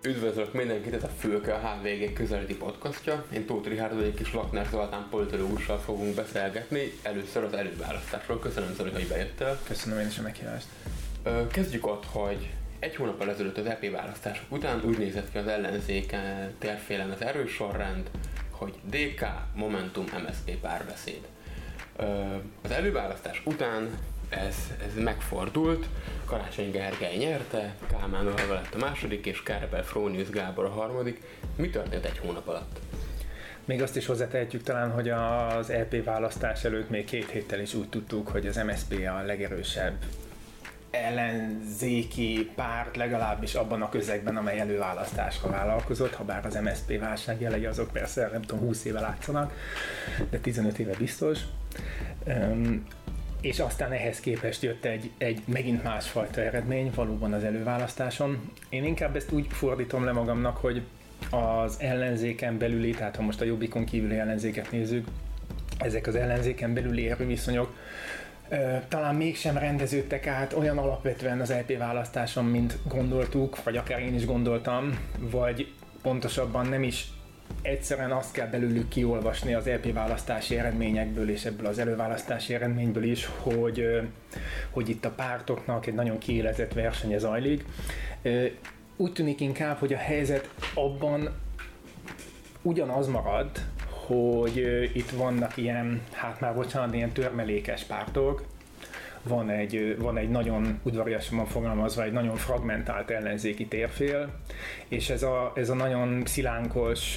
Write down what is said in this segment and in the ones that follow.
Üdvözlök mindenkit, ez a Fülke, a HVG közeleti podcastja. Én Tóth Richárd vagyok, és Lakner Zoltán politológussal fogunk beszélgetni. Először az előválasztásról. Köszönöm, Zoli, hogy bejöttél. Köszönöm én is a meghívást. Kezdjük ott, hogy egy hónappal ezelőtt az EP választások után úgy nézett ki az ellenzék térfélen az erősorrend, hogy DK, Momentum, MSZP párbeszéd. Az előválasztás után ez megfordult, Karácsony Gergely nyerte, Kálmán Olga lett a második, és Kárpát Frónius Gábor a harmadik. Mi történt egy hónap alatt? Még azt is hozzátehetjük talán, hogy az EP választás előtt még 2 héttel is úgy tudtuk, hogy az MSZP a legerősebb ellenzéki párt, legalábbis abban a közegben, amely előválasztásra vállalkozott, ha bár az MSZP válságjelei azok persze, nem tudom, 20 éve látszanak, de 15 éve biztos. És aztán ehhez képest jött egy megint másfajta eredmény valóban az előválasztáson. Én inkább ezt úgy fordítom le magamnak, hogy az ellenzéken belüli, tehát ha most a Jobbikon kívüli ellenzéket nézzük, ezek az ellenzéken belüli erőviszonyok talán mégsem rendeződtek át olyan alapvetően az EP választáson, mint gondoltuk, vagy akár én is gondoltam, vagy pontosabban nem is egyszerűen azt kell belőlük kiolvasni az EP választási eredményekből és ebből az előválasztási eredményből is, hogy itt a pártoknak egy nagyon kiélezett versenye zajlik. Úgy tűnik inkább, hogy a helyzet abban ugyanaz marad, hogy itt vannak ilyen, ilyen törmelékes pártok, van egy nagyon udvariasan fogalmazva, egy nagyon fragmentált ellenzéki térfél, és ez a nagyon szilánkos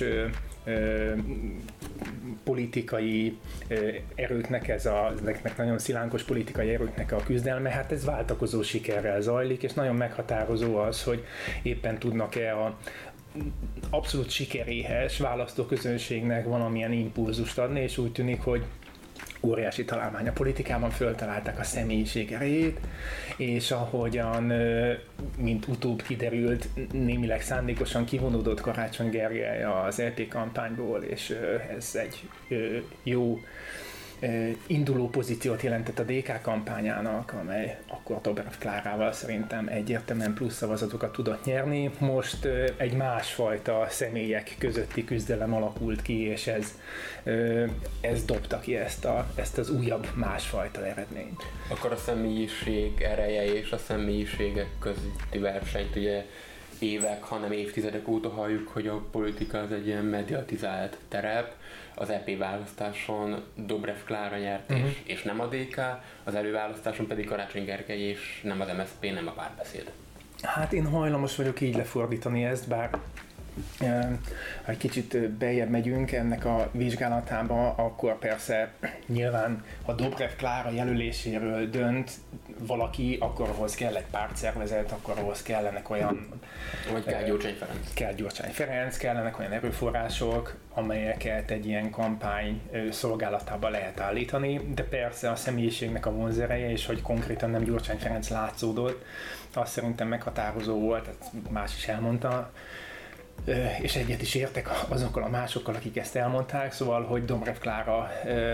politikai erőknek, ezeknek nagyon szilánkos politikai erőknek a küzdelme, hát ez váltakozó sikerrel zajlik, és nagyon meghatározó az, hogy éppen tudnak-e a abszolút sikeréhes választóközönségnek valamilyen impulzust adni, és úgy tűnik, hogy óriási találmány a politikában, föltalálták a személyiség erejét, és ahogyan, mint utóbb kiderült, némileg szándékosan kivonódott Karácsony Gergely az EP kampányból, és ez egy jó induló pozíciót jelentett a DK kampányának, amely akkor Dobrev Klárával szerintem egyértelműen plusz szavazatokat tudott nyerni. Most egy másfajta személyek közötti küzdelem alakult ki, és ez dobta ki ezt az újabb másfajta eredményt. Akkor a személyiség ereje és a személyiségek közötti versenyt ugye évek, hanem évtizedek óta halljuk, hogy a politika az egy ilyen mediatizált terep. Az EP választáson Dobrev Klára nyert, és nem a DK, az előválasztáson pedig Karácsony Gergely, és nem az MSZP, nem a párbeszéd. Hát én hajlamos vagyok így lefordítani ezt, bár ha egy kicsit beljebb megyünk ennek a vizsgálatába, akkor persze nyilván, ha Dobrev Klára jelöléséről dönt valaki, akkor ahhoz kell egy pártszervezet, akkor ahhoz kellenek olyan... Vagy kell Gyurcsány Ferenc. Kell Gyurcsány Ferenc, kellenek olyan erőforrások, amelyeket egy ilyen kampány szolgálatába lehet állítani, de persze a személyiségnek a vonzereje, és hogy konkrétan nem Gyurcsány Ferenc látszódott, az szerintem meghatározó volt, más is elmondta, és egyet is értek azokkal a másokkal, akik ezt elmondták, szóval, hogy Dobrev Klára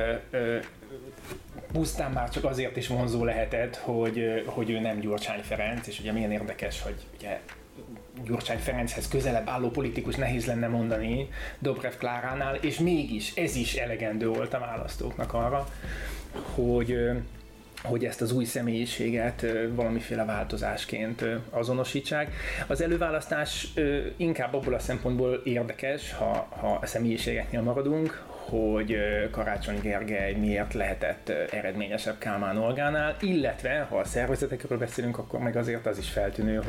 pusztán már csak azért is vonzó lehetett, hogy ő nem Gyurcsány Ferenc, és ugye milyen érdekes, hogy ugye Gyurcsány Ferenchez közelebb álló politikus nehéz lenne mondani Dobrev Kláránál, és mégis ez is elegendő volt a választóknak arra, hogy ezt az új személyiséget valamiféle változásként azonosítsák. Az előválasztás inkább abból a szempontból érdekes, ha a személyiségeknél maradunk, hogy Karácsony Gergely miért lehetett eredményesebb Kálmán Olgánál, illetve ha a szervezetekről beszélünk, akkor meg azért az is feltűnő,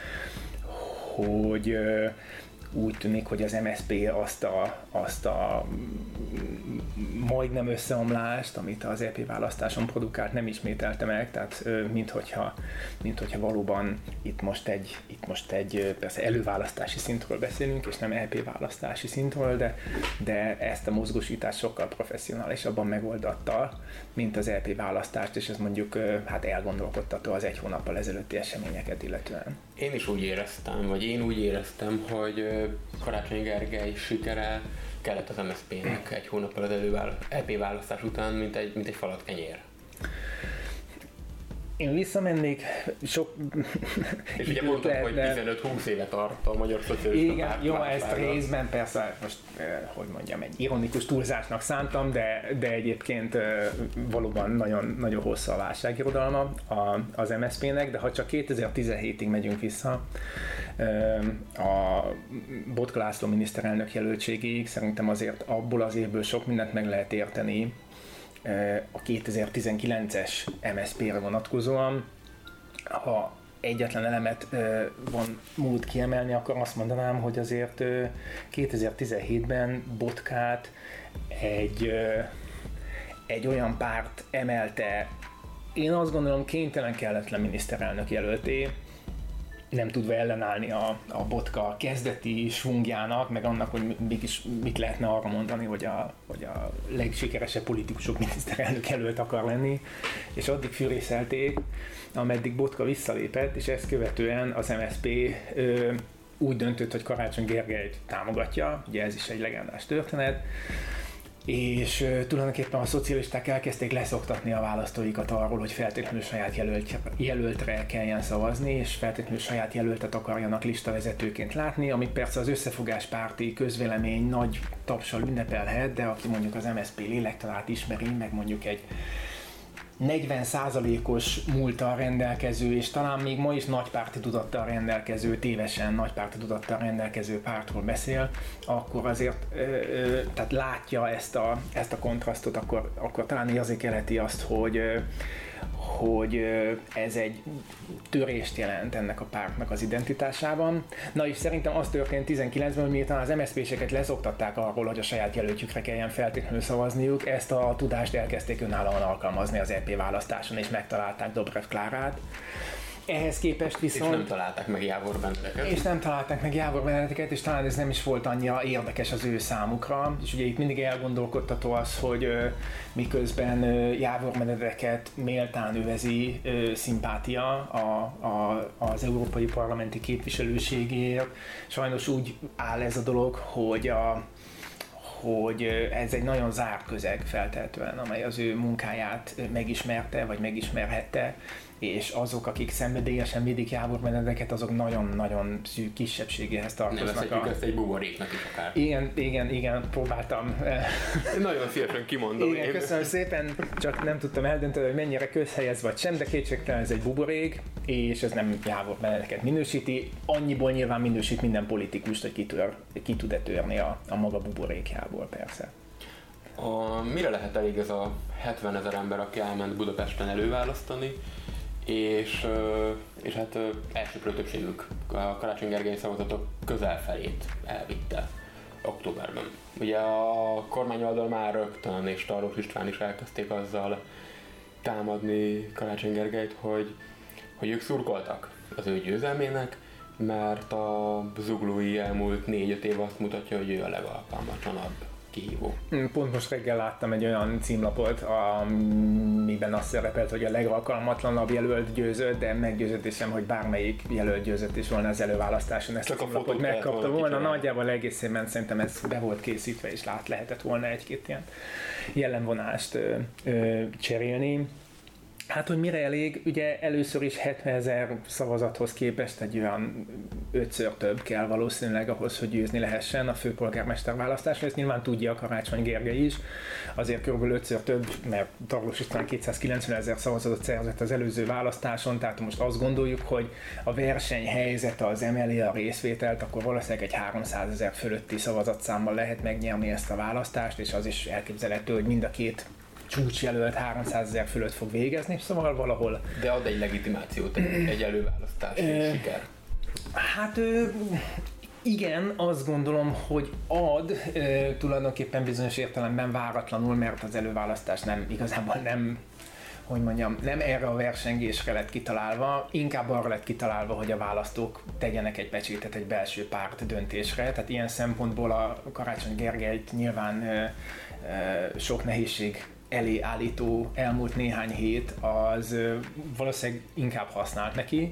hogy úgy tűnik, hogy az MSZP azt a majdnem összeomlást, amit az EP választáson produkált, nem ismételte meg, tehát minthogyha valóban itt most egy persze előválasztási szintről beszélünk, és nem EP választási szintről, de ezt a mozgósítást sokkal professzionálisabban megoldatta, mint az EP választást, és ez mondjuk hát elgondolkodtató az egy hónappal ezelőtti eseményeket illetően. Én úgy éreztem, hogy Karácsony Gergely sikere kellett az MSZP-nek egy hónappal az EP választás után, mint egy falat kenyér. Én visszamennék, sok... És ugye mondtad, hogy 15-20 éve tart a Magyar Szocialista Igen, Párt. jó, ezt részben persze, most, hogy mondjam, egy ironikus túlzásnak szántam, de egyébként valóban nagyon, nagyon hosszú a válságirodalma az MSZP-nek, de ha csak 2017-ig megyünk vissza, a Botka László miniszterelnök jelöltségéig, szerintem azért abból az évből sok mindent meg lehet érteni a 2019-es MSZP-re vonatkozóan. Ha egyetlen elemet van múlt kiemelni, akkor azt mondanám, hogy azért 2017-ben Botkát egy olyan párt emelte, én azt gondolom kénytelen kelletlen miniszterelnök jelölté, nem tudva ellenállni a Botka kezdeti svungjának, meg annak, hogy mégis mit lehetne arra mondani, hogy a legsikeresebb politikusok miniszterelnök jelölt akar lenni, és addig fűrészelték, ameddig Botka visszalépett, és ezt követően az MSZP úgy döntött, hogy Karácsony Gergelyt támogatja, ugye ez is egy legendás történet, és tulajdonképpen a szocialisták elkezdték leszoktatni a választóikat arról, hogy feltétlenül saját jelöltre kelljen szavazni, és feltétlenül saját jelöltet akarjanak listavezetőként látni, ami persze az összefogáspárti közvélemény nagy tapssal ünnepelhet, de aki mondjuk az MSZP lélektanát ismeri, meg mondjuk egy 40%-os múlttal rendelkező, és talán még ma is nagypárti tudattal rendelkező, tévesen nagypárti tudattal rendelkező pártról beszél, akkor azért tehát látja ezt a kontrasztot, akkor talán érzékelheti azt, hogy ez egy törést jelent ennek a pártnak az identitásában. Na és szerintem az történt 19-ben, hogy miután az MSZP-seket leszoktatták arról, hogy a saját jelöltjükre kelljen feltétlenül szavazniuk, ezt a tudást elkezdték önállóan alkalmazni az EP választáson, és megtalálták Dobrev Klárát. Ehhez képest viszont... És nem találták meg Jávor Benedeket. És talán ez nem is volt annyira érdekes az ő számukra. És ugye itt mindig elgondolkodtató az, hogy miközben Jávor Benedeket méltán övezi szimpátia az európai parlamenti képviselőségért, sajnos úgy áll ez a dolog, hogy ez egy nagyon zárt közeg feltehetően, amely az ő munkáját megismerte, vagy megismerhette, és azok, akik szenvedélyesen védik Jávor Benedeket, azok nagyon-nagyon szűk kisebbségéhez tartoznak. Nevezhetjük ezt egy buboréknak is akár. Igen, próbáltam. Nagyon szívesen kimondom. Igen, köszönöm szépen, csak nem tudtam eldönteni, hogy mennyire közhelyez vagy sem, de kétségtelen ez egy buborék, és ez nem Jávor Benedeket minősíti. Annyiból nyilván minősít minden politikust, hogy ki tud-e törni a maga buborékjából persze. Mire lehet elég ez a 70 000 ember, aki elment Budapesten előválasztani, és hát elsőprő többségük a Karácsony Gergely szavazatok közel felét elvitte októberben. Ugye a kormányoldal már rögtön, és Tarlós István is elkezdték azzal támadni Karácsony Gergelyt, hogy ők szurkoltak az ő győzelmének, mert a zuglói elmúlt 4-5 év azt mutatja, hogy ő a legalkalmatlanabb kihívó. Pont most reggel láttam egy olyan címlapot, amiben azt szerepelt, hogy a legalkalmatlanabb jelölt győzött, de meggyőződésem, hogy bármelyik jelölt győzött is volna az előválasztáson, ezt csak a címlapot megkapta volna. Nagyjából egészében szerintem ez be volt készítve, és lehetett volna egy-két ilyen jellemvonást cserélni. Hát, hogy mire elég, ugye először is 70 000 szavazathoz képest egy olyan 5-ször több kell valószínűleg ahhoz, hogy győzni lehessen a főpolgármester választáson. Ezt nyilván tudja a Karácsony Gergely is, azért kb. 5-ször több, mert Tarlós István 290 000 szavazatot szerzett az előző választáson, tehát most azt gondoljuk, hogy a versenyhelyzet az emeli a részvételt, akkor valószínűleg egy 300 000 fölötti szavazatszámmal lehet megnyerni ezt a választást, és az is elképzelhető, hogy mind a két csúcsjelölt 300 000 fölött fog végezni, szóval valahol... De ad egy legitimációt egy előválasztási siker. Hát igen, azt gondolom, hogy ad tulajdonképpen bizonyos értelemben váratlanul, mert az előválasztás igazából nem erre a versengésre lett kitalálva, inkább arra lett kitalálva, hogy a választók tegyenek egy pecsétet egy belső párt döntésre, tehát ilyen szempontból a Karácsony Gergelyt nyilván sok nehézség elé állító elmúlt néhány hét, az valószínűleg inkább használt neki.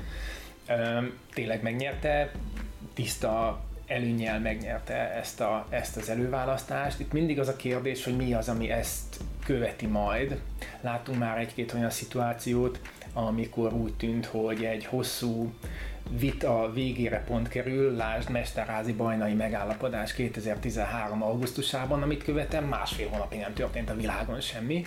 Tényleg megnyerte, tiszta előnnyel megnyerte ezt az előválasztást. Itt mindig az a kérdés, hogy mi az, ami ezt követi majd. Látunk már egy-két olyan szituációt, amikor úgy tűnt, hogy egy hosszú vita végére pont kerül, lásd Mesterházy bajnai megállapodás 2013. augusztusában, amit követően másfél hónapig nem történt a világon semmi.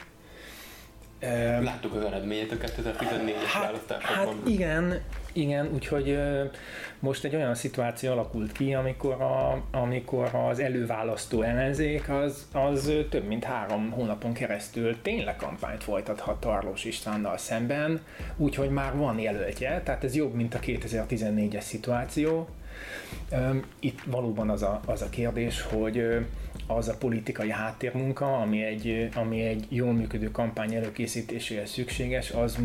Láttuk az eredményét a 2014-es választásokban. Hát igen, úgyhogy most egy olyan szituáció alakult ki, amikor az előválasztó ellenzék az több mint 3 hónapon keresztül tényleg kampányt folytathat Tarlós Istvánnal szemben, úgyhogy már van jelöltje, tehát ez jobb, mint a 2014-es szituáció. Itt valóban az a kérdés, hogy az a politikai háttérmunka, ami egy jól működő kampány előkészítéséhez szükséges,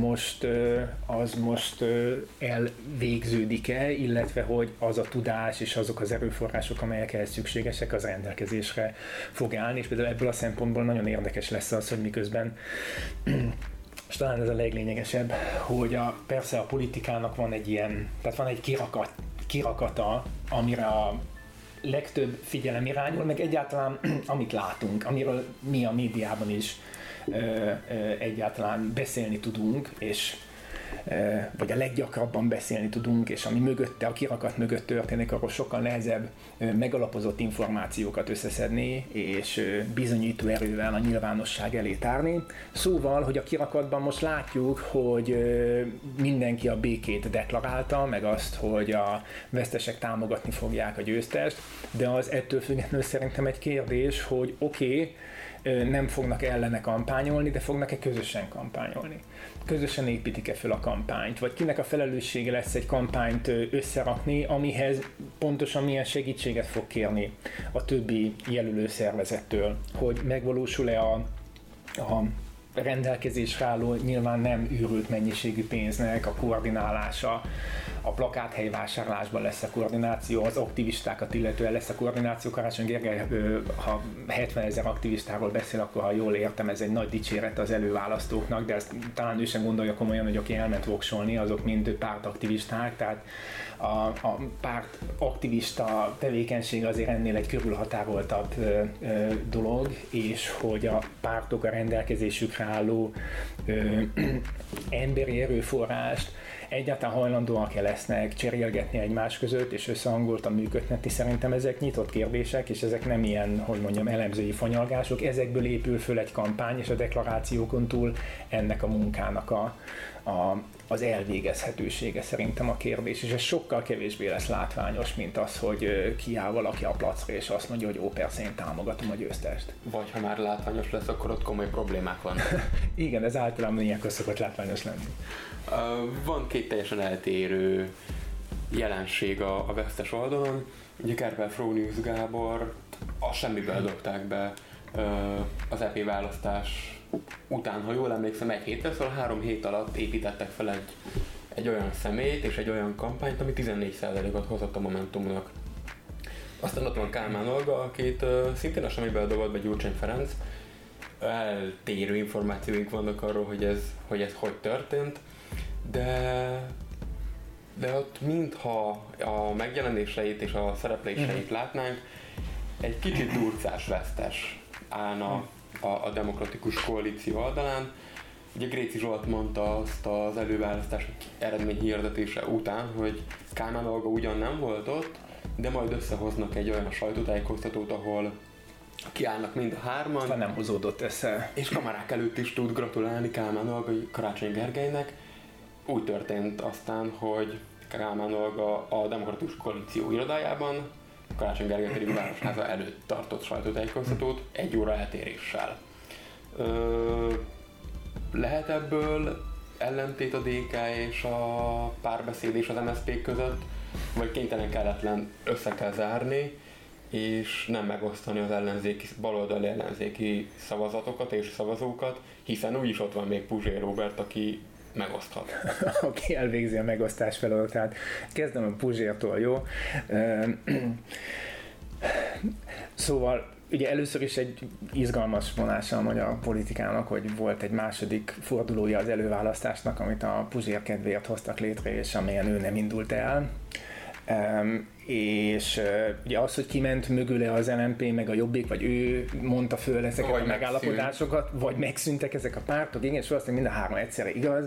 az most elvégződik-e, illetve hogy az a tudás és azok az erőforrások, amelyek ehhez szükségesek, az rendelkezésre fog állni, és például ebből a szempontból nagyon érdekes lesz az, hogy miközben és talán ez a leglényegesebb, hogy persze a politikának van egy ilyen, tehát van egy kirakata, amire a legtöbb figyelem irányul, meg egyáltalán amit látunk, amiről mi a médiában is egyáltalán beszélni tudunk, és vagy a leggyakrabban beszélni tudunk, és ami mögötte, a kirakat mögött történik, arról sokkal nehezebb megalapozott információkat összeszedni, és bizonyító erővel a nyilvánosság elé tárni. Szóval, hogy a kirakatban most látjuk, hogy mindenki a békét deklarálta, meg azt, hogy a vesztesek támogatni fogják a győztest, de az ettől függetlenül szerintem egy kérdés, hogy oké, nem fognak ellene kampányolni, de fognak-e közösen kampányolni? Közösen építik-e fel a kampányt? Vagy kinek a felelőssége lesz egy kampányt összerakni, amihez pontosan milyen segítséget fog kérni a többi jelölő szervezettől? Hogy megvalósul-e a rendelkezésre álló, nyilván nem őrült mennyiségű pénznek a koordinálása, a plakáthelyvásárlásban lesz a koordináció, az aktivistákat illetően lesz a koordináció. Karácsony Gergely, ha 70 000 aktivistáról beszél, akkor ha jól értem, ez egy nagy dicséret az előválasztóknak, de ezt talán ő sem gondolja komolyan, hogy aki elment voksolni, azok mind pártaktivisták, tehát a párt aktivista tevékenység azért ennél egy körülhatároltabb dolog, és hogy a pártok a rendelkezésükre álló emberi erőforrást egyáltalán hajlandóak-e lesznek cserélgetni egymás között, és összehangoltan működtetni. Szerintem ezek nyitott kérdések, és ezek nem ilyen, hogy mondjam, elemzői fanyalgások. Ezekből épül föl egy kampány, és a deklarációkon túl ennek a munkának az elvégezhetősége szerintem a kérdés, és ez sokkal kevésbé lesz látványos, mint az, hogy kiáll valaki a placra, és azt mondja, hogy persze, én támogatom a győztest. Vagy ha már látványos lesz, akkor ott komoly problémák vannak. Igen, ez általában ilyenkor szokott látványos lenni. Van két teljesen eltérő jelenség a vesztes oldalon. Ugye Kerpel Frónius Gábor a semmiből dobták be az EP választás után, ha jól emlékszem, 1 héttel, szóval 3 hét alatt építettek fel egy olyan személyt és egy olyan kampányt, ami 14%-ot hozott a Momentumnak. Aztán ott van Kálmán Olga, akit szintén a semmiből dobott be Gyurcsány Ferenc. Eltérő információink vannak arról, hogy ez hogy történt, de ott mintha a megjelenéseit és a szerepléseit látnánk, egy kicsit durcás vesztes állna a demokratikus koalíció oldalán. Ugye Gréci Zsolt mondta azt az előválasztás eredmény hirdetése után, hogy Kálmán Olga ugyan nem volt ott, de majd összehoznak egy olyan sajtótájékoztatót, ahol kiállnak mind a hárman. Nem hozódott össze. És kamerák előtt is tud gratulálni Kálmán Olga Karácsony Gergelynek. Úgy történt aztán, hogy Kálmán Olga a demokratikus koalíció irodájában, Karácsony Gergely pedig Városháza előtt tartott sajtótájékoztatót 1 óra eltéréssel. Lehet ebből ellentét a DK és a Párbeszéd és az MSZP között, vagy kénytelen kelletlen össze kell zárni, és nem megosztani az baloldali ellenzéki szavazatokat és szavazókat, hiszen úgyis ott van még Puzsér Róbert, aki megoszthat. Aki elvégzi a megosztás feladatát. Kezdem a Puzsértól, jó? Szóval ugye először is egy izgalmas vonása a magyar politikának, hogy volt egy második fordulója az előválasztásnak, amit a Puzsér kedvéért hoztak létre, és amelyen ő nem indult el. És ugye az, hogy kiment mögüle az LMP, meg a Jobbik, vagy ő mondta föl ezeket vagy a megállapodásokat, vagy megszűntek ezek a pártok, igen, és valószínűleg mind a három egyszerre igaz.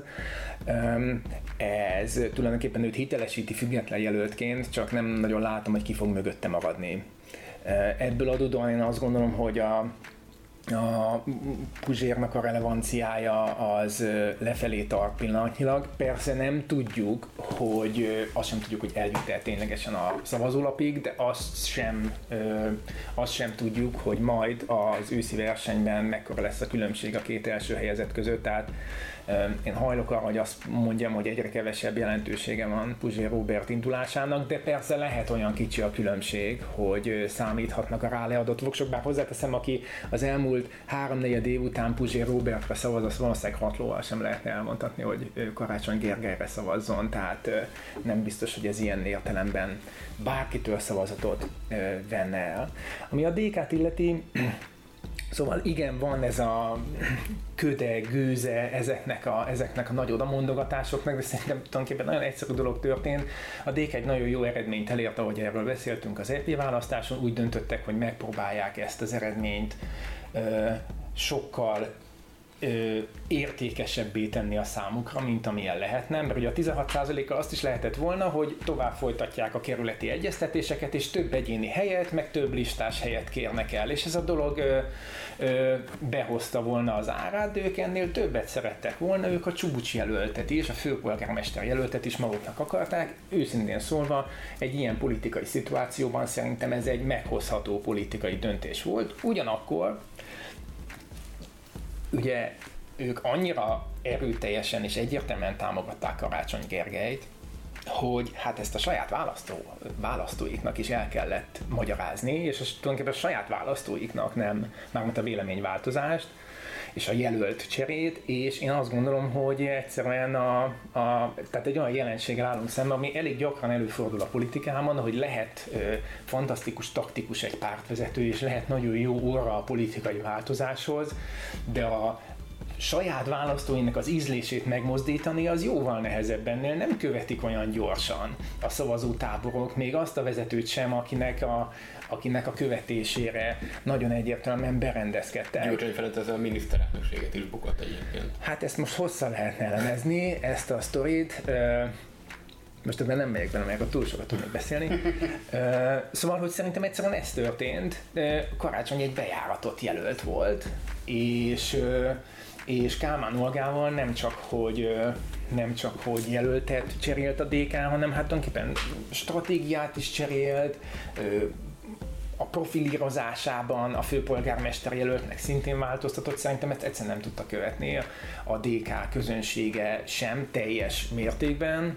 Ez tulajdonképpen őt hitelesíti független jelöltként, csak nem nagyon látom, hogy ki fog mögötte maradni. Ebből adódóan én azt gondolom, hogy a Puzsérnak a relevanciája az lefelé tart pillanatnyilag. Persze nem tudjuk, azt sem tudjuk, hogy eljut-e ténylegesen a szavazólapig, de azt sem tudjuk, hogy majd az őszi versenyben mekkora lesz a különbség a két első helyezett között. Tehát én hajlok arra, hogy azt mondjam, hogy egyre kevesebb jelentősége van Puzsér Róbert indulásának, de persze lehet olyan kicsi a különbség, hogy számíthatnak a ráleadott voksok, bár hozzáteszem, aki az elmúlt 3-4 év után Puzsér Róbertre szavaz, azt valószínűleg 6 lóval sem lehetne elmondhatni, hogy Karácsony Gergelyre szavazzon, tehát nem biztos, hogy ez ilyen értelemben bárkitől szavazatot venne el. Ami a DK-t illeti, szóval igen, van ez a köde, gőze ezeknek a nagy odamondogatásoknak, de szerintem tulajdonképpen nagyon egyszerű dolog történt. A DK egy nagyon jó eredményt elért, ahogy erről beszéltünk az EP választáson, úgy döntöttek, hogy megpróbálják ezt az eredményt sokkal értékesebbé tenni a számukra, mint amilyen lehetne, mert ugye a 16%-a azt is lehetett volna, hogy tovább folytatják a kerületi egyeztetéseket, és több egyéni helyet, meg több listás helyet kérnek el, és ez a dolog behozta volna az árát, de ők ennél többet szerettek volna, ők a Csubucs jelöltet is, a főpolgármester jelöltet is maguknak akarták. Őszintén szólva, egy ilyen politikai szituációban szerintem ez egy meghozható politikai döntés volt. Ugyanakkor ugye ők annyira erőteljesen és egyértelműen támogatták Karácsony Gergelyt, hogy hát ezt a saját választóiknak is el kellett magyarázni, és tulajdonképpen a saját választóiknak nem, mármint a véleményváltozást, és a jelölt cserét, és én azt gondolom, hogy egyszerűen tehát egy olyan jelenséggel állunk szemben, ami elég gyakran előfordul a politikában, hogy lehet fantasztikus, taktikus egy pártvezető, és lehet nagyon jó orra a politikai változáshoz, de a saját választóinak az ízlését megmozdítani, az jóval nehezebb ennél, nem követik olyan gyorsan a szavazótáborok, még azt a vezetőt sem, akinek a követésére nagyon egyértelműen berendezkedtek. Gyurcsány Ferenc ezzel a miniszterelnökséget is bukott egyébként. Hát ezt most hosszá lehetne elemezni, ezt a sztorit. Most ebben nem megyek bele, mert túl sokat tudnék beszélni. Szóval, hogy szerintem egyszerűen ez történt. Karácsony egy bejáratott jelölt volt, és Kálmán Olgával nem csak hogy jelöltet cserélt a DK, hanem hát tulajdonképpen stratégiát is cserélt, a profilírozásában a főpolgármester jelöltnek szintén változtatott, szerintem ezt egyszerűen nem tudta követni a DK közönsége sem teljes mértékben.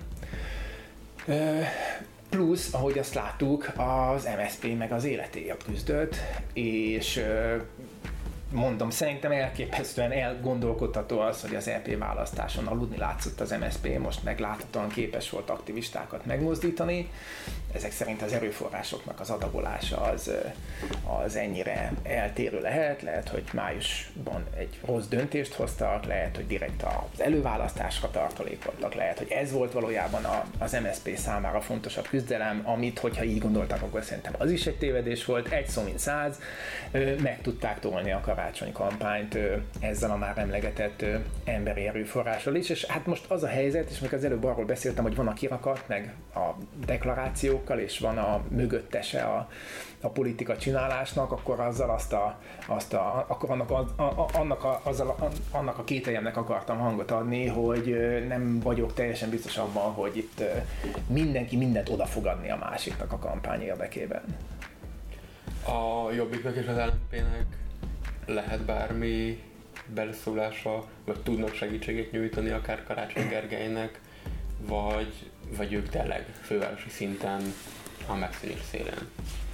Plusz, ahogy azt láttuk, az MSZP meg az életéért küzdött, és mondom, szerintem elképesztően elgondolkodtató az, hogy az EP választáson aludni látszott az MSZP, most meg láthatóan képes volt aktivistákat megmozdítani. Ezek szerint az erőforrásoknak az adagolása az ennyire eltérő lehet, hogy májusban egy rossz döntést hoztak, lehet, hogy direkt az előválasztásra tartalékoltak, lehet, hogy ez volt valójában az MSZP számára fontosabb küzdelem, amit, hogyha így gondoltak, akkor szerintem az is egy tévedés volt, egy szó mint 100, meg tudták tolni a karácsony kampányt ezzel a már emlegetett emberi erőforrással is, és hát most az a helyzet, és még az előbb arról beszéltem, hogy van a kirakat, meg a deklarációkkal, és van a mögöttese a politika csinálásnak, akkor azzal annak a kételyemnek akartam hangot adni, hogy nem vagyok teljesen biztos abban, hogy itt mindenki mindent oda fog adni a másiknak a kampány érdekében. A Jobbiknak és az LMP-nek lehet bármi beleszólása, vagy tudnak segítséget nyújtani akár Karácsony Gergelynek, vagy ők tényleg fővárosi szinten a megszűnés szélén?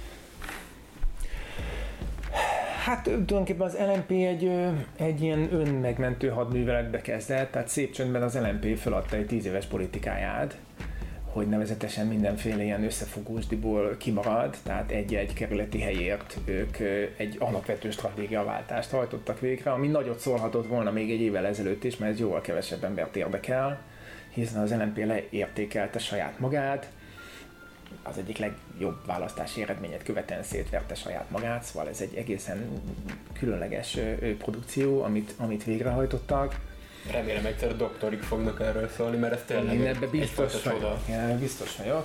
Hát tulajdonképpen az LMP egy ilyen önmegmentő hadműveletbe kezdett, tehát szép csöndben az LMP feladta egy 10 éves politikáját, hogy nevezetesen mindenféle ilyen összefogósdiból kimarad, tehát egy-egy kerületi helyért ők egy alapvető stratégiaváltást hajtottak végre, ami nagyot szólhatott volna még egy évvel ezelőtt is, mert ez jóval kevesebb embert érdekel, hiszen az LMP leértékelte saját magát, az egyik legjobb választási eredményet követően szétverte saját magát, szóval ez egy egészen különleges produkció, amit végrehajtottak. Remélem egyszer doktorig fognak erről szólni, mert ez tényleg biztos vagyok.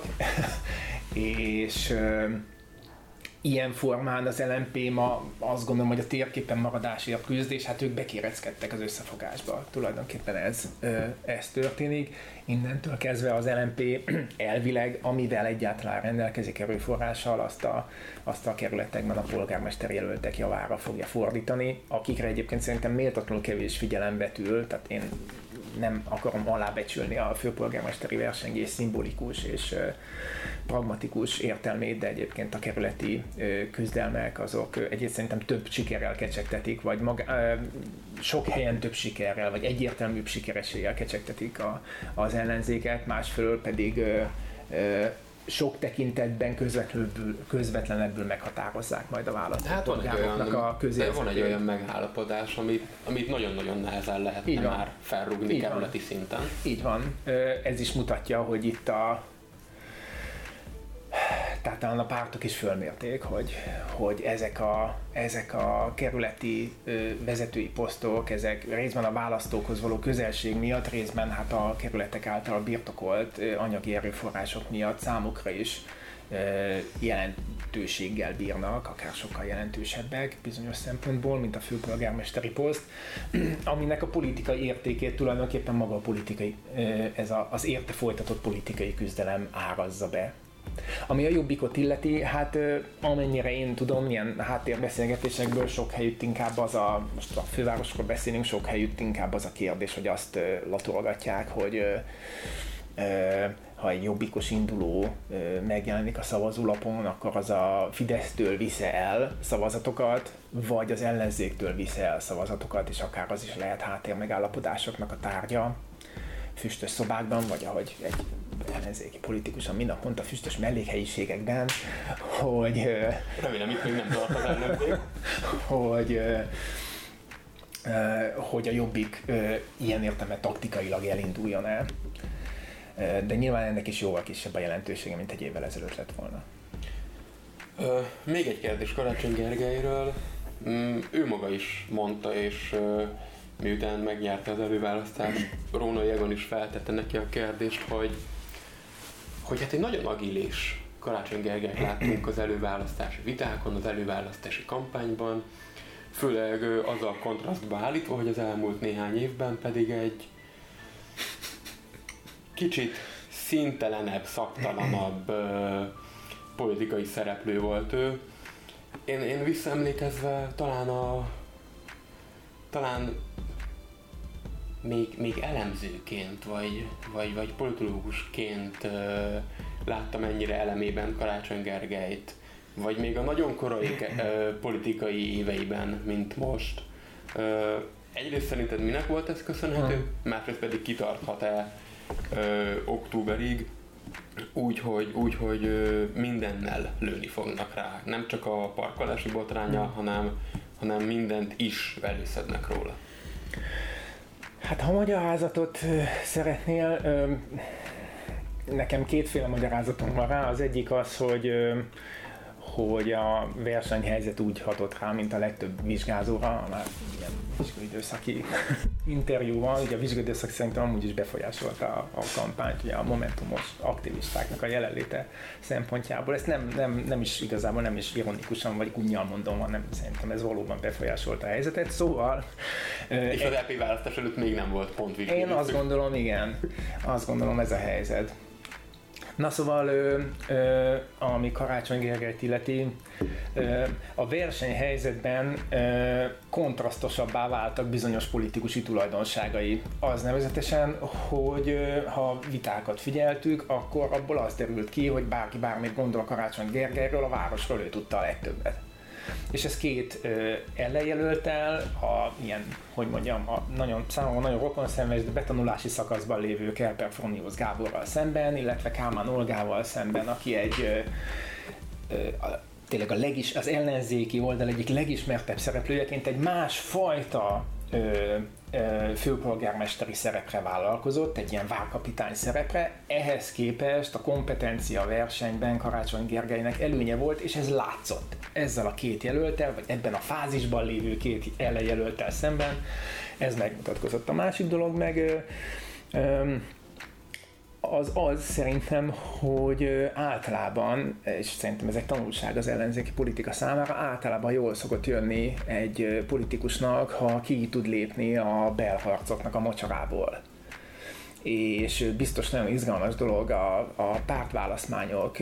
És ilyen formán az LMP ma azt gondolom, hogy a térképen maradásért küzd, és hát ők bekéreckedtek az összefogásba. Tulajdonképpen ez történik. Innentől kezdve az LMP elvileg, amivel egyáltalán rendelkezik erőforrással, azt a kerületekben a polgármester jelöltek javára fogja fordítani, akikre egyébként szerintem méltatlanul kevés figyelem vetül, tehát én nem akarom alábecsülni a főpolgármesteri versengés szimbolikus és pragmatikus értelmét, de egyébként a kerületi küzdelmek azok egyébként szerintem több sikerrel kecsegtetik, vagy sok helyen több sikerrel, vagy egyértelműbb sikerességgel kecsegtetik az ellenzéket, másfelől pedig sok tekintetben közvetlenebbül meghatározzák majd a választópolgároknak a közérzetét. Van egy olyan megállapodás, amit nagyon-nagyon nehezen lehetne már felrúgni kerületi szinten. Így van. Ez is mutatja, hogy itt tehát talán a pártok is fölmérték, hogy ezek a kerületi vezetői posztok, ezek részben a választókhoz való közelség miatt, részben hát a kerületek által birtokolt anyagi erőforrások miatt számukra is jelentőséggel bírnak, akár sokkal jelentősebbek bizonyos szempontból, mint a főpolgármesteri poszt, aminek a politikai értékét tulajdonképpen maga a politikai, az érte folytatott politikai küzdelem árazza be. Ami a Jobbikot illeti, hát amennyire én tudom, ilyen háttérbeszélgetésekből sok helyütt inkább most a fővárosról beszélünk, sok helyütt inkább az a kérdés, hogy azt latolgatják, hogy ha egy jobbikos induló megjelenik a szavazólapon, akkor az a Fidesztől visze el szavazatokat, vagy az ellenzéktől visze el szavazatokat, és akár az is lehet háttérmegállapodásoknak a tárgya füstös szobákban, vagy ahogy egy ellenzéki politikus a mindnap mondta, füstös mellékhelyiségekben, hogy... Remélem, itt még nem tart az ellenzék. hogy a Jobbik ilyen értelme taktikailag elinduljon el. De nyilván ennek is jóval kisebb a jelentősége, mint egy évvel ezelőtt lett volna. Még egy kérdés Karácsony Gergelyről. Ő maga is mondta, és miután megnyerte az előválasztást, Rónai Egon is feltette neki a kérdést, hogy hát egy nagyon agilis Karácsony Gergelyt láttunk az előválasztási vitákon, az előválasztási kampányban, főleg azzal kontrasztba állítva, hogy az elmúlt néhány évben pedig egy kicsit színtelenebb, szaktalanabb politikai szereplő volt ő. Én visszaemlékezve talán még elemzőként, vagy politológusként láttam ennyire elemében Karácsony Gergelyt, vagy még a nagyon korai politikai éveiben, mint most. Egyrészt szerinted minek volt ez köszönhető, másrészt pedig kitarthat-e októberig, úgy, hogy mindennel lőni fognak rá. Nem csak a parkolási botránya, hanem mindent is előszednek róla. Hát ha magyarázatot szeretnél, nekem kétféle magyarázatom van rá. Az egyik az, hogy a versenyhelyzet úgy hatott rá, mint a legtöbb vizsgázóra, már ilyen vizsgaidőszaki interjúval. Ugye a vizsgaidőszak szerintem amúgy is befolyásolta a kampányt, ugye a momentumos aktivistáknak a jelenléte szempontjából. Ezt nem is igazából nem is ironikusan vagy kunnyal mondom, hanem szerintem ez valóban befolyásolta a helyzetet. Szóval... És az EP választás előtt még nem volt pont vizsgaidőszak. Én azt gondolom, igen. Azt gondolom, ez a helyzet. Na szóval, ami Karácsony Gergelyt illeti, a versenyhelyzetben kontrasztosabbá váltak bizonyos politikusi tulajdonságai. Az nevezetesen, hogy ha vitákat figyeltük, akkor abból az derült ki, hogy bárki bármit gondol a Karácsony Gergelyről, a városról ő tudta a legtöbbet. És ez két ellenjelölttel, számomra nagyon rokonszenves, de betanulási szakaszban lévő Kerper Fronius Gáborral szemben, illetve Kálmán Olgával szemben, aki tényleg az ellenzéki oldal egyik legismertebb szereplőjeként egy másfajta főpolgármesteri szerepre vállalkozott, egy ilyen várkapitány szerepre, ehhez képest a kompetencia versenyben Karácsony Gergelynek előnye volt, és ez látszott ezzel a két jelölttel, vagy ebben a fázisban lévő két ellenjelölttel szemben, ez megmutatkozott. A másik dolog meg az szerintem, hogy általában, és szerintem ez egy tanulság az ellenzéki politika számára, általában jól szokott jönni egy politikusnak, ha ki tud lépni a belharcoknak a mocsarából. És biztos nagyon izgalmas dolog a pártválasztmányok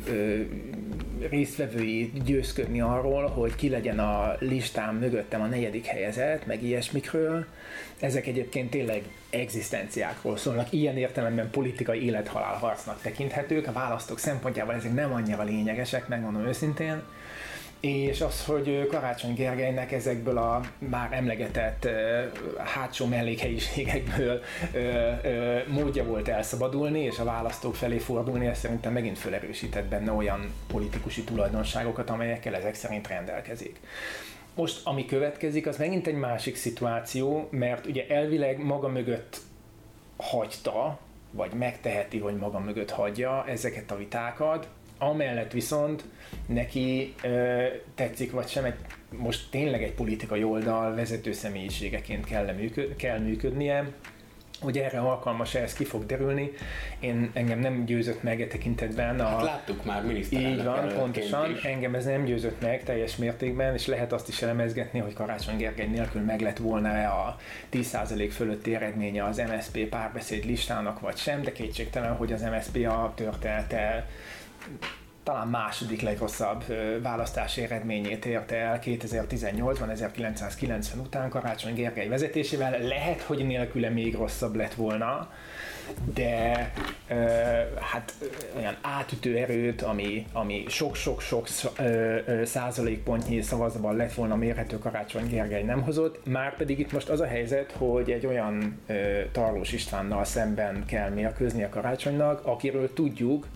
résztvevőit győzködni arról, hogy ki legyen a listán mögöttem a 4. helyezett, meg ilyesmikről. Ezek egyébként tényleg egzisztenciákról szólnak, ilyen értelemben politikai élethalál harcnak tekinthetők, a választók szempontjából ezek nem annyira lényegesek, megmondom őszintén. És az, hogy Karácsony Gergelynek ezekből a már emlegetett hátsó mellékhelyiségekből módja volt elszabadulni, és a választók felé fordulni, ez szerintem megint felerősített benne olyan politikusi tulajdonságokat, amelyekkel ezek szerint rendelkezik. Most, ami következik, az megint egy másik szituáció, mert ugye elvileg maga mögött hagyta, vagy megteheti, hogy maga mögött hagyja ezeket a vitákat, amellett viszont neki tetszik vagy sem, most tényleg egy politikai oldal vezető személyiségeként kell működnie, hogy erre alkalmas, ez ki fog derülni. Engem nem győzött meg e tekintetben. Hát láttuk már miniszterelnök. Így van, pontosan. Is. Engem ez nem győzött meg teljes mértékben, és lehet azt is elemezgetni, hogy Karácsony Gergely nélkül meg lett volna a 10% fölötti eredménye az MSZP párbeszéd listának, vagy sem, de kétségtelen, hogy az MSZP a története talán második legrosszabb választási eredményét érte el 2018-ban, 1990 után Karácsony Gergely vezetésével. Lehet, hogy nélküle még rosszabb lett volna, de hát olyan átütő erőt, ami sok-sok-sok százalékpontnyi szavazatban lett volna mérhető, Karácsony Gergely nem hozott. Márpedig itt most az a helyzet, hogy egy olyan Tarlós Istvánnal szemben kell mérkőzni a Karácsonynak, akiről tudjuk,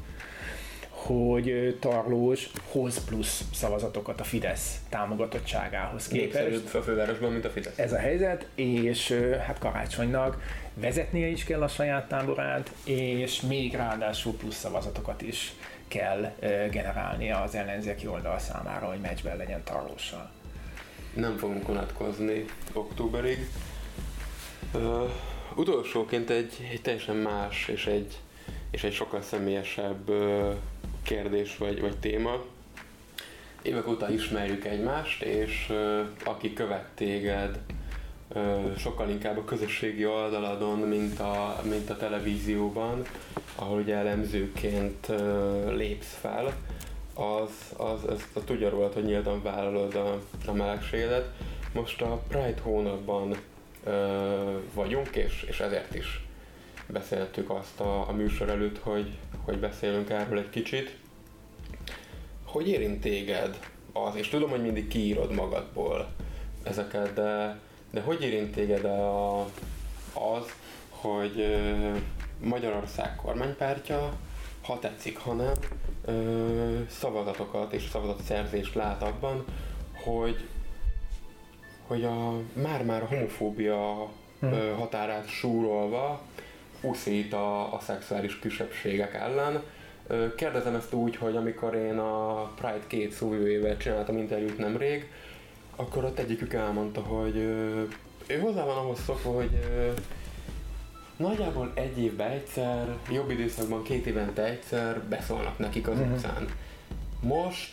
hogy Tarlós hoz plusz szavazatokat a Fidesz támogatottságához képest. Népszerűbb a fővárosban, mint a Fidesz. Ez a helyzet, és hát Karácsonynak vezetnie is kell a saját táborát, és még ráadásul plusz szavazatokat is kell generálnia az ellenzéki oldal számára, hogy meccsben legyen Tarlóssal. Nem fogunk unatkozni októberig. Utolsóként egy teljesen más és egy sokkal személyesebb kérdés vagy téma. Évek óta ismerjük egymást, és aki követ téged sokkal inkább a közösségi oldaladon, mint a televízióban, ahol ugye elemzőként lépsz fel, az tudja rólad, hogy nyíltan vállalod a melegségedet. Most a Pride hónapban vagyunk, és ezért is beszéltük azt a műsor előtt, hogy beszélünk erről egy kicsit. Hogy érint téged az, és tudom, hogy mindig kiírod magadból ezeket, de hogy érint téged az, hogy Magyarország kormánypártja, ha tetszik, ha nem, szavazatokat és szavazatszerzést lát abban, hogy már a homofóbia határát súrolva uszít a szexuális kisebbségek ellen. Kérdezem ezt úgy, hogy amikor én a Pride 2 szóvivőjével csináltam interjút nemrég, akkor ott egyikük elmondta, hogy ő hozzá van ahhoz szokva, hogy nagyjából egy évben egyszer, jobb időszakban 2 évente egyszer beszólnak nekik az utcán. Most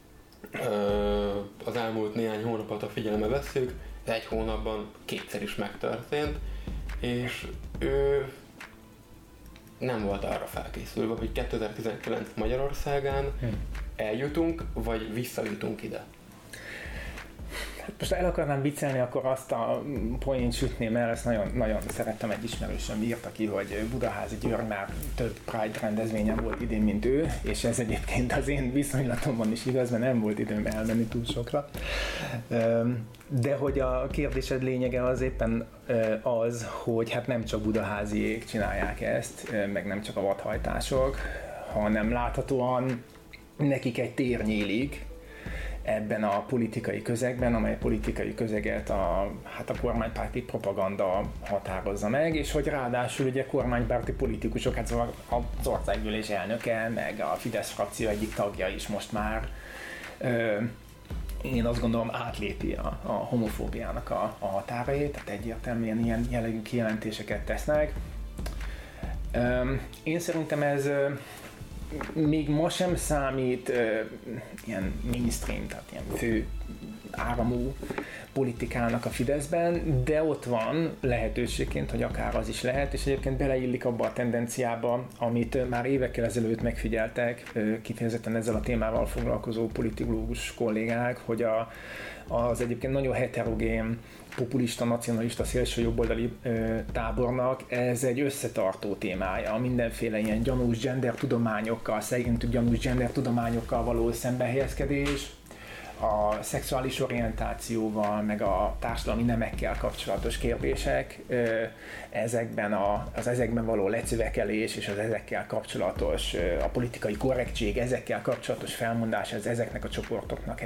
az elmúlt néhány hónapot a figyelme vesszük, egy hónapban 2-szer is megtörtént, és ő nem volt arra felkészülve, hogy 2019 Magyarországán eljutunk, vagy visszajutunk ide. Most el akarnám viccelni, akkor azt a poént sütném el, ezt nagyon, nagyon szerettem, egy ismerősöm írta ki, hogy Budaházi György már több Pride rendezvényen volt idén, mint ő, és ez egyébként az én viszonylatomban is igaz, mert nem volt időm elmenni túl sokra. De hogy a kérdésed lényege az éppen az, hogy hát nem csak budaháziék csinálják ezt, meg nem csak a vadhajtások, hanem láthatóan nekik egy tér nyílik ebben a politikai közegben, amely politikai közeget a kormánypárti propaganda határozza meg, és hogy ráadásul ugye kormánypárti politikusok, hát az országgyűlés elnöke, meg a Fidesz frakció egyik tagja is most már én azt gondolom átlépi a homofóbiának a határait, tehát egyértelműen ilyen jellegű kijelentéseket tesznek. Én szerintem ez még ma sem számít ilyen mainstream, tehát ilyen fő áramú politikának a Fideszben, de ott van lehetőségként, hogy akár az is lehet, és egyébként beleillik abba a tendenciába, amit már évekkel ezelőtt megfigyeltek, kifejezetten ezzel a témával foglalkozó politikus kollégák, hogy az egyébként nagyon heterogén, populista, nacionalista, szélsőjobboldali tábornak ez egy összetartó témája, mindenféle ilyen gyanús gendertudományokkal, szerintük gyanús gendertudományokkal való szembehelyezkedés, a szexuális orientációval, meg a társadalmi nemekkel kapcsolatos kérdések, ezekben való lecövekelés és az ezekkel kapcsolatos, a politikai korrektség, ezekkel kapcsolatos felmondás, ez ezeknek a csoportoknak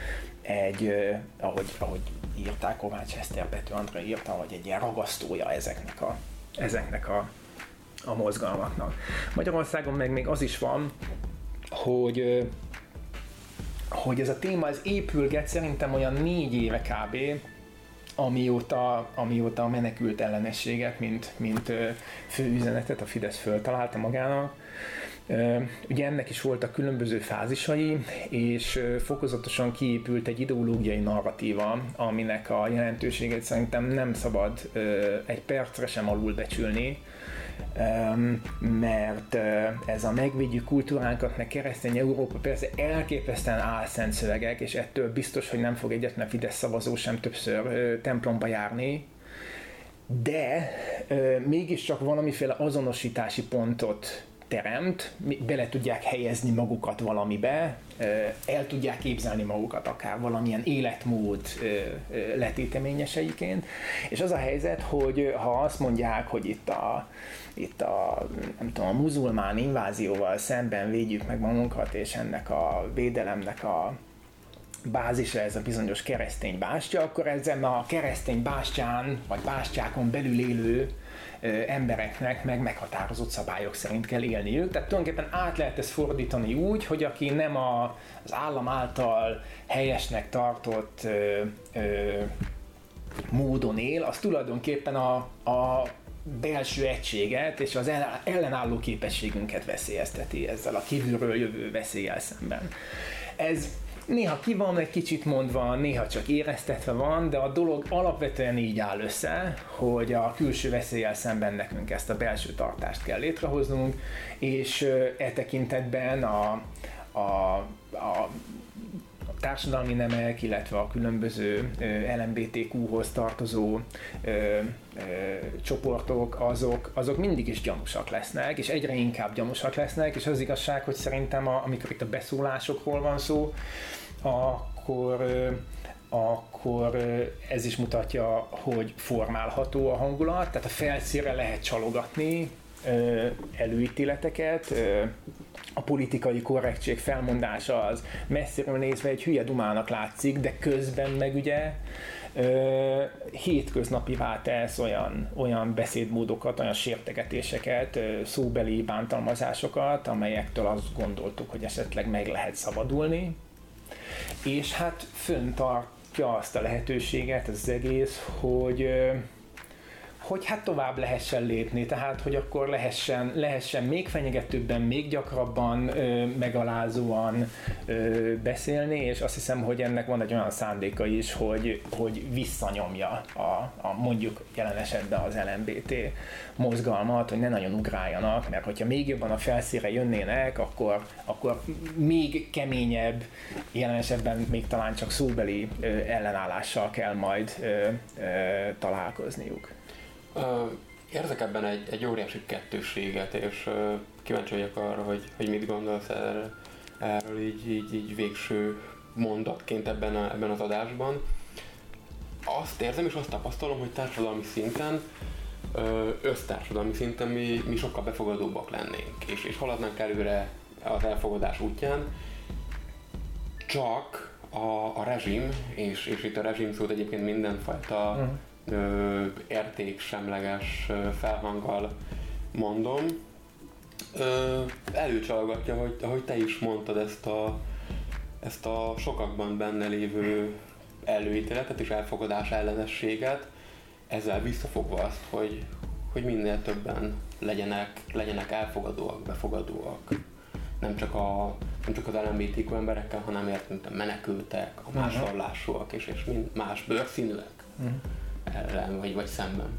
ahogy írták, Kovács Eszter, Pető Andrea írta, hogy egy ilyen ragasztója ezeknek a mozgalmaknak. Magyarországon meg még az is van, hogy ez a téma ez épülget szerintem olyan 4 éve kb., amióta a menekült ellenességet, mint főüzenetet a Fidesz föltalálta magának. Ugye ennek is voltak különböző fázisai, és fokozatosan kiépült egy ideológiai narratíva, aminek a jelentőséget szerintem nem szabad egy percre sem alulbecsülni, mert ez a megvédjük kultúránkat, meg keresztény Európa persze elképesztően álszent szövegek, és ettől biztos, hogy nem fog egyetlen Fidesz szavazó sem többször templomba járni, de mégiscsak valamiféle azonosítási pontot teremt, bele tudják helyezni magukat valamibe, el tudják képzelni magukat akár valamilyen életmód letéteményeseiként, és az a helyzet, hogy ha azt mondják, hogy itt a nem tudom, a muzulmán invázióval szemben védjük meg magunkat, és ennek a védelemnek a bázisa ez a bizonyos keresztény bástya, akkor ezen a keresztény bástyán, vagy bástyákon belül élő embereknek meg meghatározott szabályok szerint kell élniük. Tehát tulajdonképpen át lehet ezt fordítani úgy, hogy aki nem az állam által helyesnek tartott módon él, az tulajdonképpen a belső egységet és az ellenálló képességünket veszélyezteti ezzel a kívülről jövő veszéllyel szemben. Ez néha ki van egy kicsit mondva, néha csak éreztetve van, de a dolog alapvetően így áll össze, hogy a külső veszéllyel szemben nekünk ezt a belső tartást kell létrehoznunk, és e tekintetben a társadalmi nemek, illetve a különböző LMBTQ-hoz tartozó csoportok, azok mindig is gyanúsak lesznek, és egyre inkább gyanúsak lesznek, és az igazság, hogy szerintem amikor itt a beszólásokról van szó, akkor ez is mutatja, hogy formálható a hangulat, tehát a felszínre lehet csalogatni előítéleteket, a politikai korrektség felmondása az messziről nézve egy hülye dumának látszik, de közben meg ugye hétköznapivá tesz olyan beszédmódokat, olyan sértegetéseket, szóbeli bántalmazásokat, amelyektől azt gondoltuk, hogy esetleg meg lehet szabadulni, és hát föntartja azt a lehetőséget az egész, hogy hát tovább lehessen lépni, tehát hogy akkor lehessen még fenyegetőbben, még gyakrabban, megalázóan beszélni, és azt hiszem, hogy ennek van egy olyan szándéka is, hogy visszanyomja mondjuk jelen esetben az LMBT mozgalmat, hogy ne nagyon ugráljanak, mert hogyha még jobban a felszínre jönnének, akkor még keményebb, jelen esetben még talán csak szóbeli ellenállással kell majd találkozniuk. Érzek ebben egy óriási kettősséget, és kíváncsi vagyok arra, hogy mit gondolsz erről így végső mondatként ebben az adásban. Azt érzem és azt tapasztalom, hogy társadalmi szinten, össztársadalmi szinten mi sokkal befogadóbbak lennénk, és haladnánk előre az elfogadás útján, csak a rezsim, és itt a rezsim szót egyébként mindenfajta értéksemleges felhanggal mondom, előcsalogatja, hogy ahogy te is mondtad, ezt a sokakban benne lévő előítéletet és elfogadás ellenességet, ezzel visszafogva azt, hogy minél többen legyenek elfogadóak, befogadóak. Nem csak az LMBTQ emberekkel, hanem értem menekültek, a másolásúak és más bőrszínűek ellen vagy szemben.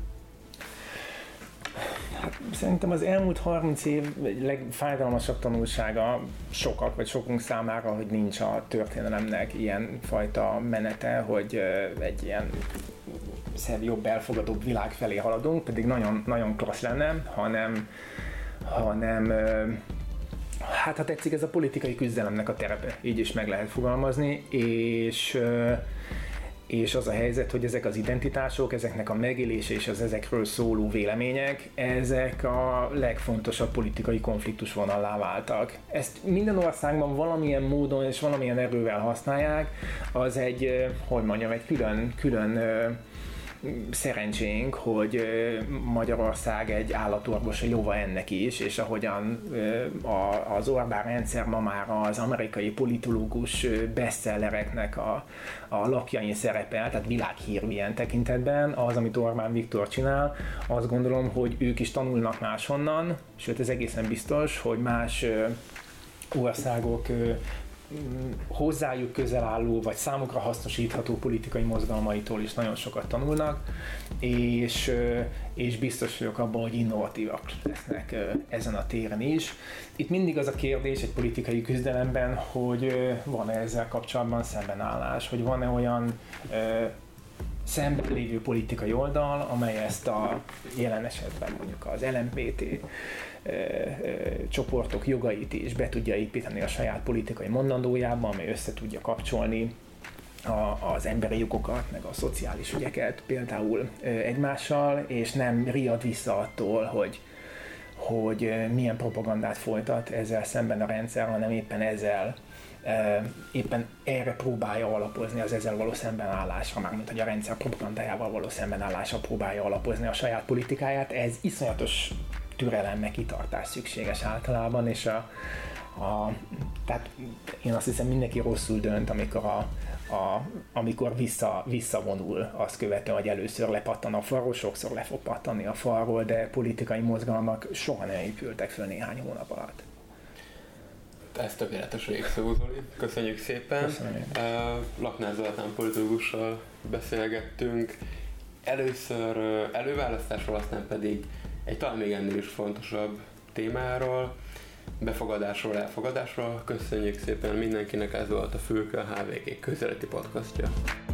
Hát, szerintem az elmúlt 30 év legfájdalmasabb tanulsága sokunk számára, hogy nincs a történelemnek ilyen fajta menete, hogy egy ilyen szebb, jobb, elfogadóbb világ felé haladunk, pedig nagyon, nagyon klassz lenne, hanem hát ha tetszik, ez a politikai küzdelemnek a terepe, így is meg lehet fogalmazni, és az a helyzet, hogy ezek az identitások, ezeknek a megélése és az ezekről szóló vélemények, ezek a legfontosabb politikai konfliktusvonallá váltak. Ezt minden országban valamilyen módon és valamilyen erővel használják, az egy külön szerencsénk, hogy Magyarország egy állatorvosi lova ennek is, és ahogyan az Orbán rendszer ma már az amerikai politológus bestsellereknek a lapjain szerepel, tehát világhírű ilyen tekintetben, az, amit Orbán Viktor csinál, azt gondolom, hogy ők is tanulnak máshonnan, sőt ez egészen biztos, hogy más országok hozzájuk közel álló, vagy számukra hasznosítható politikai mozgalmaitól is nagyon sokat tanulnak, és biztos vagyok abban, hogy innovatívak lesznek ezen a téren is. Itt mindig az a kérdés egy politikai küzdelemben, hogy van-e ezzel kapcsolatban szembenállás, hogy van-e olyan szemben lévő politikai oldal, amely ezt a jelen esetben mondjuk az LMBT csoportok jogait is be tudja építeni a saját politikai mondandójába, amely össze tudja kapcsolni az emberi jogokat, meg a szociális ügyeket például egymással, és nem riad vissza attól, hogy milyen propagandát folytat ezzel szemben a rendszer, hanem éppen erre próbálja alapozni az ezzel való szembenállásra, mármint hogy a rendszer propagandájával való szembenállásra próbálja alapozni a saját politikáját. Ez iszonyatos türelem, meg kitartás szükséges általában, és tehát én azt hiszem mindenki rosszul dönt, amikor visszavonul, azt követően, hogy először lepattan a falról, sokszor le fog pattanni a falról, de politikai mozgalmak soha nem épültek föl néhány hónap alatt. Ez tökéletes végszó, Zoli. Köszönjük szépen. Köszönöm. Lakner Zoltán politológussal beszélgettünk. Először előválasztásról, aztán pedig egy talán még ennél is fontosabb témáról, befogadásról, elfogadásról. Köszönjük szépen mindenkinek, ez volt a Fülke HVG közeleti podcastja.